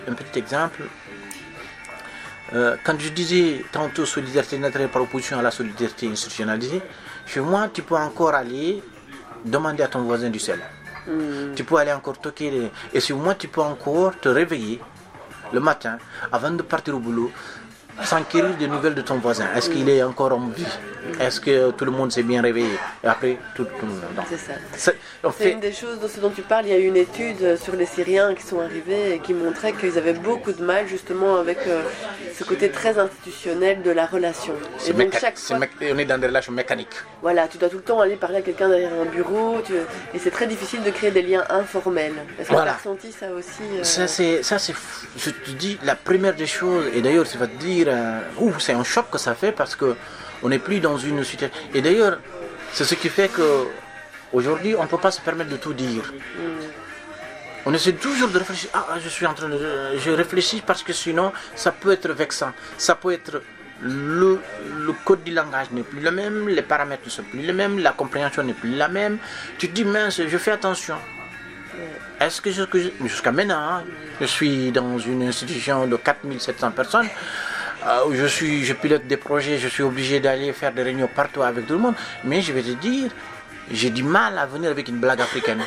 Un petit exemple, quand je disais tantôt solidarité naturelle par opposition à la solidarité institutionnalisée, chez moi, tu peux encore aller demander à ton voisin du sel. Tu peux aller encore toquer, et sur moi, tu peux encore te réveiller le matin avant de partir au boulot, s'enquérir des nouvelles de ton voisin. Est-ce qu'il est encore en vie? Est-ce que tout le monde s'est bien réveillé? Et après, tout le monde. C'est ça. C'est une des choses de ce dont tu parles. Il y a eu une étude sur les Syriens qui sont arrivés et qui montrait qu'ils avaient beaucoup de mal justement avec ce côté très institutionnel de la relation. Et donc on est dans des relations mécaniques. Voilà, tu dois tout le temps aller parler à quelqu'un derrière un bureau et c'est très difficile de créer des liens informels. Est-ce que tu as ressenti ça aussi Ça c'est, je te dis, la première des choses, et d'ailleurs tu vas te dire, c'est un choc que ça fait parce que on n'est plus dans une situation. Et d'ailleurs, c'est ce qui fait que aujourd'hui, on ne peut pas se permettre de tout dire. On essaie toujours de réfléchir. Je réfléchis parce que sinon, ça peut être vexant. Ça peut être le code du langage n'est plus le même, les paramètres ne sont plus les mêmes, la compréhension n'est plus la même. Tu te dis, mince, je fais attention. Est-ce que jusqu'à maintenant, je suis dans une institution de 4700 personnes, je pilote des projets, je suis obligé d'aller faire des réunions partout avec tout le monde, mais je vais te dire, j'ai du mal à venir avec une blague africaine.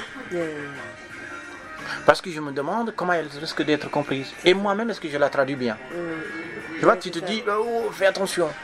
Parce que je me demande comment elle risque d'être comprise. Et moi-même, est-ce que je la traduis bien? Tu vois, tu te dis, fais attention.